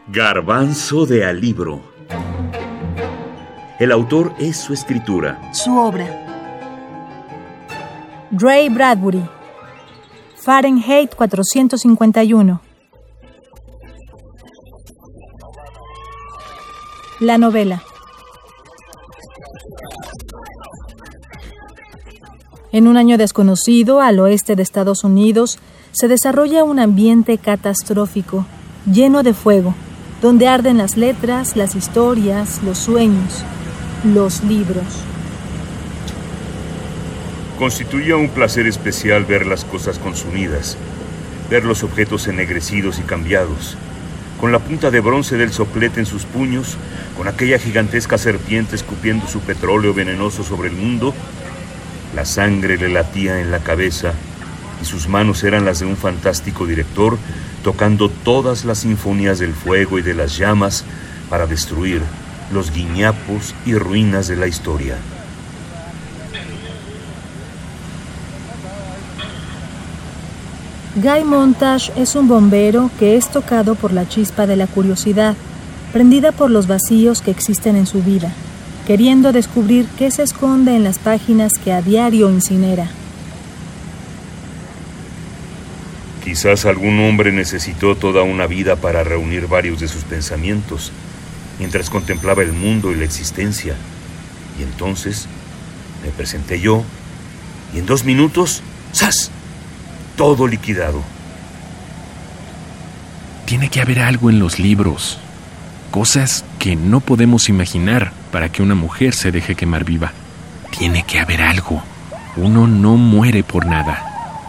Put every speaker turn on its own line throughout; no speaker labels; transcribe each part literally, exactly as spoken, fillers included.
Garbanzo de Alibro. El autor es su escritura.
Su obra. Ray Bradbury. Fahrenheit cuatrocientos cincuenta y uno. La novela. En un año desconocido, al oeste de Estados Unidos, se desarrolla un ambiente catastrófico, lleno de fuego, donde arden las letras, las historias, los sueños, los libros.
Constituía un placer especial ver las cosas consumidas, ver los objetos ennegrecidos y cambiados, con la punta de bronce del soplete en sus puños, con aquella gigantesca serpiente escupiendo su petróleo venenoso sobre el mundo. La sangre le latía en la cabeza y sus manos eran las de un fantástico director, tocando todas las sinfonías del fuego y de las llamas para destruir los guiñapos y ruinas de la historia.
Guy Montage es un bombero que es tocado por la chispa de la curiosidad, prendida por los vacíos que existen en su vida, queriendo descubrir qué se esconde en las páginas que a diario incinera.
Quizás algún hombre necesitó toda una vida para reunir varios de sus pensamientos, mientras contemplaba el mundo y la existencia. Y entonces me presenté yo, y en dos minutos, ¡zas!, todo liquidado.
Tiene que haber algo en los libros, cosas que no podemos imaginar para que una mujer se deje quemar viva. Tiene que haber algo. Uno no muere por nada.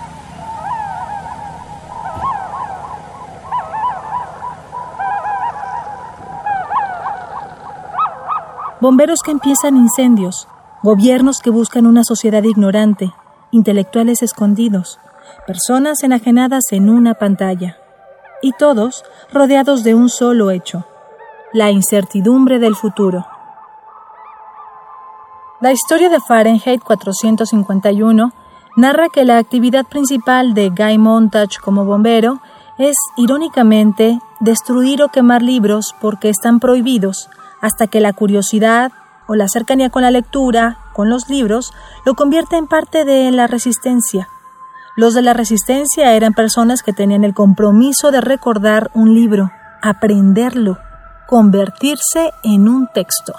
Bomberos que empiezan incendios, gobiernos que buscan una sociedad ignorante, intelectuales escondidos, personas enajenadas en una pantalla, y todos rodeados de un solo hecho: la incertidumbre del futuro. La historia de Fahrenheit cuatrocientos cincuenta y uno narra que la actividad principal de Guy Montage como bombero es, irónicamente, destruir o quemar libros porque están prohibidos, hasta que la curiosidad o la cercanía con la lectura, con los libros, lo convierte en parte de la resistencia. Los de la resistencia eran personas que tenían el compromiso de recordar un libro, aprenderlo, convertirse en un texto.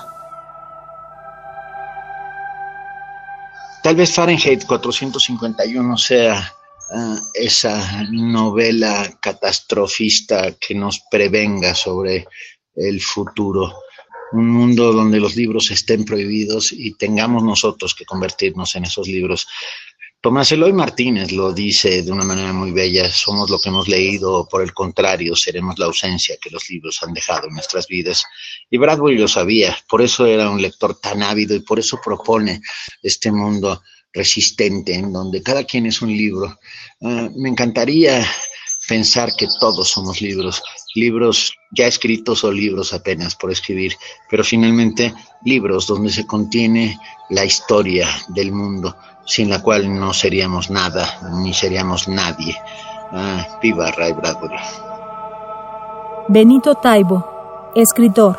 Tal vez Fahrenheit cuatrocientos cincuenta y uno sea uh, esa novela catastrofista que nos prevenga sobre el futuro. Un mundo donde los libros estén prohibidos y tengamos nosotros que convertirnos en esos libros. Tomás Eloy Martínez lo dice de una manera muy bella: somos lo que hemos leído, o por el contrario, seremos la ausencia que los libros han dejado en nuestras vidas. Y Bradbury lo sabía, por eso era un lector tan ávido y por eso propone este mundo resistente en donde cada quien es un libro. Uh, me encantaría pensar que todos somos libros, libros ya escritos o libros apenas por escribir, pero finalmente libros donde se contiene la historia del mundo, sin la cual no seríamos nada, ni seríamos nadie. Ah, viva Ray Bradbury.
Benito Taibo, escritor.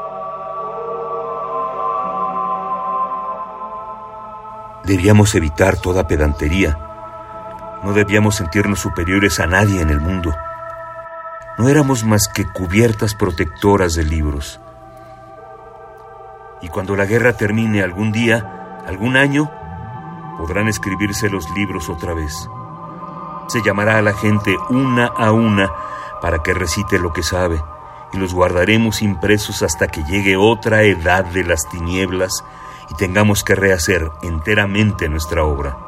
Debíamos evitar toda pedantería. No debíamos sentirnos superiores a nadie en el mundo. No éramos más que cubiertas protectoras de libros. Y cuando la guerra termine algún día, algún año, podrán escribirse los libros otra vez. Se llamará a la gente una a una para que recite lo que sabe, y los guardaremos impresos hasta que llegue otra edad de las tinieblas y tengamos que rehacer enteramente nuestra obra.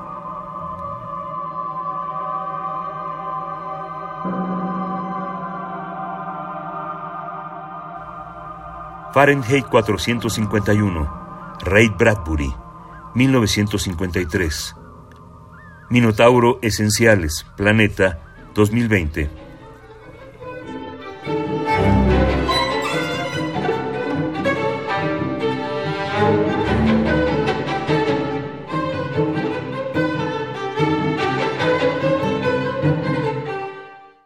Fahrenheit cuatrocientos cincuenta y uno, Ray Bradbury, mil novecientos cincuenta y tres. Minotauro Esenciales, Planeta, dos mil veinte.